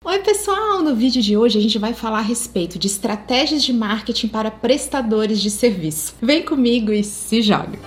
Oi pessoal, no vídeo de hoje a gente vai falar a respeito de estratégias de marketing para prestadores de serviço. Vem comigo e se joga!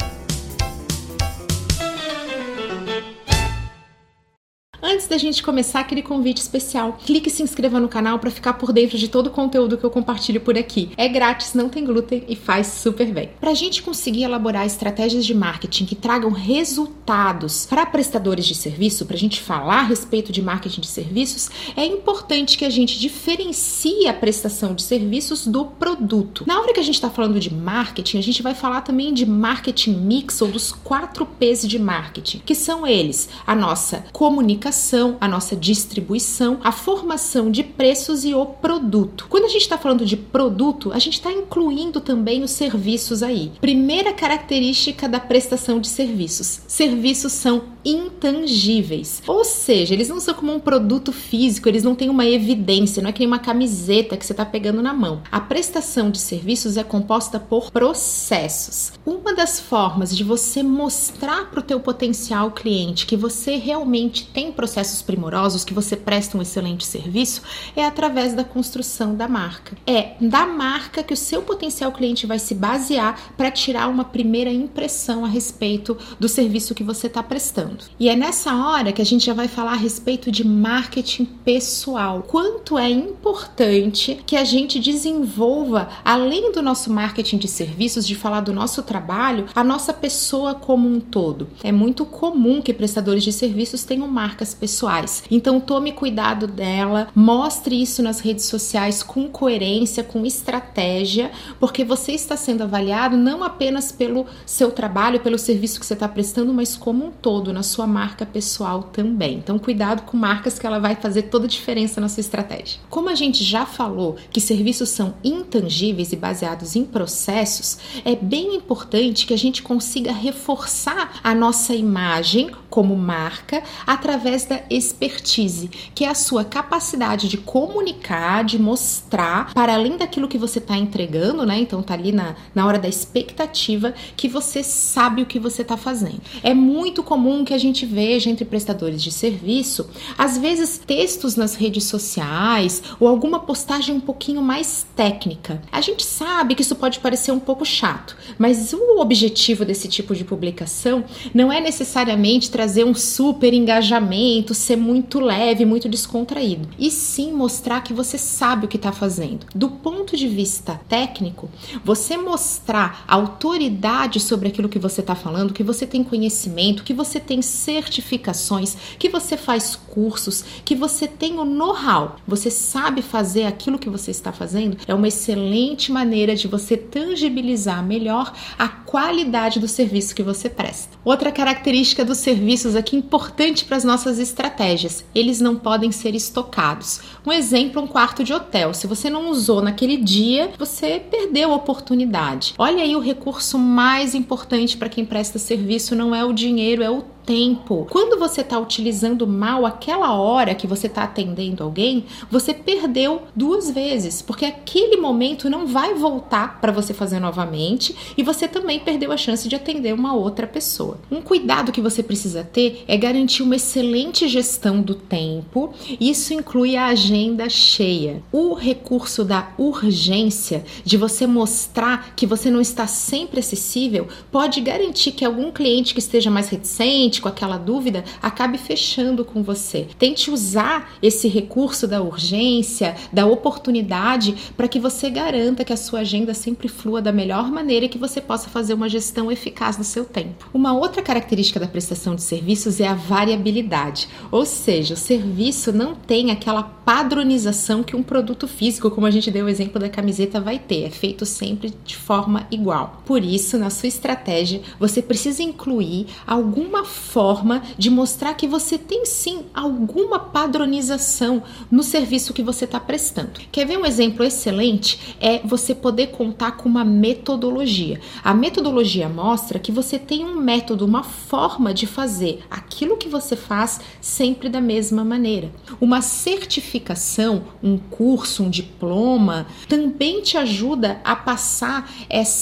Antes da gente começar, aquele convite especial. Clique e se inscreva no canal para ficar por dentro de todo o conteúdo que eu compartilho por aqui. É grátis, não tem glúten e faz super bem. Para a gente conseguir elaborar estratégias de marketing que tragam resultados para prestadores de serviço, para a gente falar a respeito de marketing de serviços, é importante que a gente diferencie a prestação de serviços do produto. Na hora que a gente está falando de marketing, a gente vai falar também de marketing mix ou dos 4 P's de marketing, que são eles: a nossa comunicação, a nossa distribuição, a formação de preços e o produto. Quando a gente está falando de produto, a gente está incluindo também os serviços aí. Primeira característica da prestação de serviços: serviços são intangíveis, ou seja, eles não são como um produto físico, eles não têm uma evidência, não é que nem uma camiseta que você está pegando na mão. A prestação de serviços é composta por processos. Uma das formas de você mostrar para o teu potencial cliente que você realmente tem processos primorosos, que você presta um excelente serviço, é através da construção da marca. É da marca que o seu potencial cliente vai se basear para tirar uma primeira impressão a respeito do serviço que você está prestando. E é nessa hora que a gente já vai falar a respeito de marketing pessoal. Quanto é importante que a gente desenvolva, além do nosso marketing de serviços, de falar do nosso trabalho, a nossa pessoa como um todo. É muito comum que prestadores de serviços tenham marcas pessoais. Então tome cuidado dela, mostre isso nas redes sociais com coerência, com estratégia, porque você está sendo avaliado não apenas pelo seu trabalho, pelo serviço que você está prestando, mas como um todo, na sua marca pessoal também. Então cuidado com marcas, que ela vai fazer toda a diferença na sua estratégia. Como a gente já falou que serviços são intangíveis e baseados em processos, é bem importante que a gente consiga reforçar a nossa imagem como marca através da expertise, que é a sua capacidade de comunicar, de mostrar, para além daquilo que você está entregando, né? Então tá ali na hora da expectativa, que você sabe o que você está fazendo. É muito comum que a gente veja entre prestadores de serviço, às vezes textos nas redes sociais ou alguma postagem um pouquinho mais técnica. A gente sabe que isso pode parecer um pouco chato, mas o objetivo desse tipo de publicação não é necessariamente trazer um super engajamento, ser muito leve, muito descontraído, e sim mostrar que você sabe o que está fazendo. Do ponto de vista técnico, você mostrar autoridade sobre aquilo que você está falando, que você tem conhecimento, que você tem certificações, que você faz cursos, que você tem o know-how, você sabe fazer aquilo que você está fazendo, é uma excelente maneira de você tangibilizar melhor a qualidade do serviço que você presta. Outra característica dos serviços aqui importante para as nossas estratégias: eles não podem ser estocados. Um exemplo, um quarto de hotel. Se você não usou naquele dia, você perdeu a oportunidade. Olha aí, o recurso mais importante para quem presta serviço não é o dinheiro, é o tempo. Quando você está utilizando mal aquela hora que você está atendendo alguém, você perdeu 2 vezes, porque aquele momento não vai voltar para você fazer novamente, e você também perdeu a chance de atender uma outra pessoa. Um cuidado que você precisa ter é garantir uma excelente gestão do tempo. Isso inclui a agenda cheia. O recurso da urgência, de você mostrar que você não está sempre acessível, pode garantir que algum cliente que esteja mais reticente, com aquela dúvida, acabe fechando com você. Tente usar esse recurso da urgência, da oportunidade, para que você garanta que a sua agenda sempre flua da melhor maneira e que você possa fazer uma gestão eficaz do seu tempo. Uma outra característica da prestação de serviços é a variabilidade, ou seja, o serviço não tem aquela padronização que um produto físico, como a gente deu o exemplo da camiseta, vai ter. É feito sempre de forma igual. Por isso, na sua estratégia, você precisa incluir alguma forma de mostrar que você tem sim alguma padronização no serviço que você está prestando. Quer ver um exemplo excelente? É você poder contar com uma metodologia. A metodologia mostra que você tem um método, uma forma de fazer aquilo que você faz sempre da mesma maneira. Uma certificação, um curso, um diploma, também te ajuda a passar essa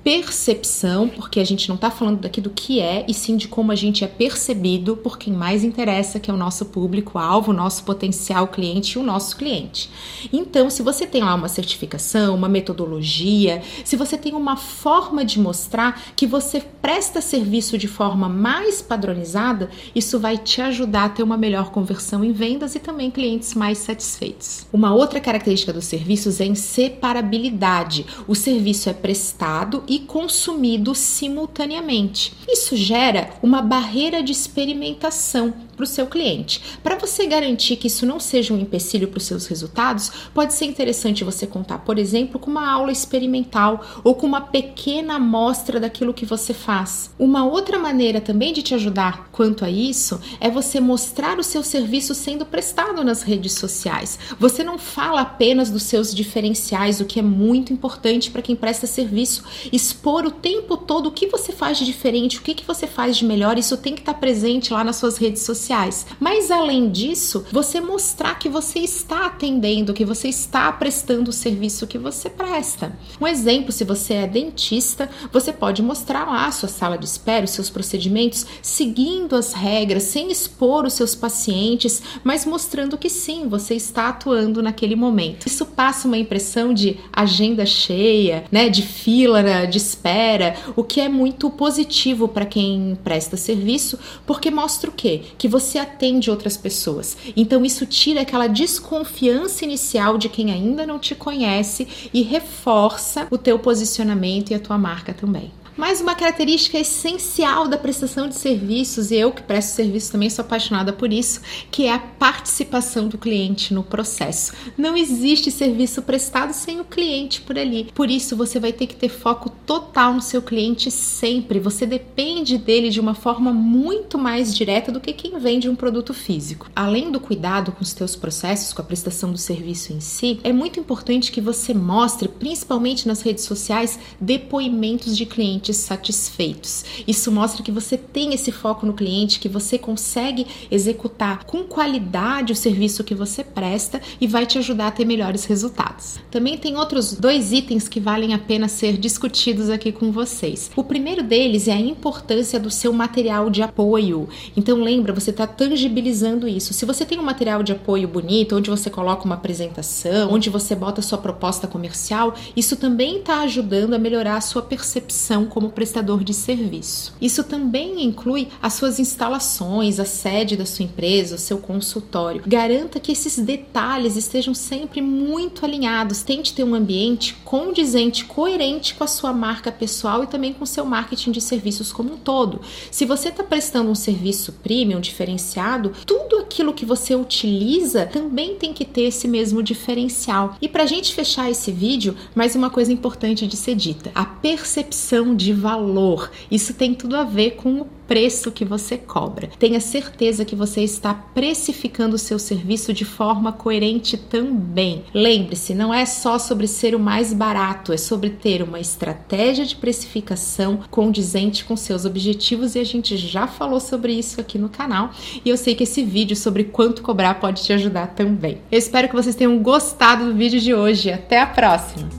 percepção, porque a gente não está falando daqui do que é, e sim de como a gente é percebido por quem mais interessa, que é o nosso público-alvo, o nosso potencial cliente e o nosso cliente. Então, se você tem lá uma certificação, uma metodologia, se você tem uma forma de mostrar que você presta serviço de forma mais padronizada, isso vai te ajudar a ter uma melhor conversão em vendas e também clientes mais satisfeitos. Uma outra característica dos serviços é a inseparabilidade. O serviço é prestado e consumido simultaneamente. Isso gera uma barreira de experimentação para o seu cliente. Para você garantir que isso não seja um empecilho para os seus resultados, pode ser interessante você contar, por exemplo, com uma aula experimental ou com uma pequena amostra daquilo que você faz. Uma outra maneira também de te ajudar quanto a isso é você mostrar o seu serviço sendo prestado nas redes sociais. Você não fala apenas dos seus diferenciais, o que é muito importante para quem presta serviço. Expor o tempo todo o que você faz de diferente, o que você faz de melhor, isso tem que estar presente lá nas suas redes sociais. Mas além disso, você mostrar que você está atendendo, que você está prestando o serviço que você presta. Um exemplo, se você é dentista, você pode mostrar lá a sua sala de espera, os seus procedimentos, seguindo as regras, sem expor os seus pacientes, mas mostrando que sim, você está atuando naquele momento. Isso passa uma impressão de agenda cheia, né, de fila de espera, o que é muito positivo para quem presta serviço, porque mostra o quê? Que você atende outras pessoas. Então isso tira aquela desconfiança inicial de quem ainda não te conhece e reforça o teu posicionamento e a tua marca também. Mas uma característica essencial da prestação de serviços, e eu que presto serviço também sou apaixonada por isso, que é a participação do cliente no processo. Não existe serviço prestado sem o cliente por ali. Por isso você vai ter que ter foco total no seu cliente sempre. Você depende dele de uma forma muito mais direta do que quem vende um produto físico. Além do cuidado com os teus processos, com a prestação do serviço em si, é muito importante que você mostre, principalmente nas redes sociais, depoimentos de clientes satisfeitos. Isso mostra que você tem esse foco no cliente, que você consegue executar com qualidade o serviço que você presta e vai te ajudar a ter melhores resultados. Também tem outros 2 itens que valem a pena ser discutidos aqui com vocês. O primeiro deles é a importância do seu material de apoio. Então lembra, você está tangibilizando isso. Se você tem um material de apoio bonito, onde você coloca uma apresentação, onde você bota sua proposta comercial, isso também está ajudando a melhorar a sua percepção como prestador de serviço. Isso também inclui as suas instalações, a sede da sua empresa, o seu consultório. Garanta que esses detalhes estejam sempre muito alinhados. Tente ter um ambiente condizente, coerente com a sua marca pessoal e também com o seu marketing de serviços como um todo. Se você está prestando um serviço premium, diferenciado, tudo aquilo que você utiliza também tem que ter esse mesmo diferencial. E para a gente fechar esse vídeo, mais uma coisa importante de ser dita: a percepção de valor. Isso tem tudo a ver com o preço que você cobra. Tenha certeza que você está precificando o seu serviço de forma coerente também. Lembre-se, não é só sobre ser o mais barato, é sobre ter uma estratégia de precificação condizente com seus objetivos, e a gente já falou sobre isso aqui no canal, e eu sei que esse vídeo sobre quanto cobrar pode te ajudar também. Eu espero que vocês tenham gostado do vídeo de hoje. Até a próxima!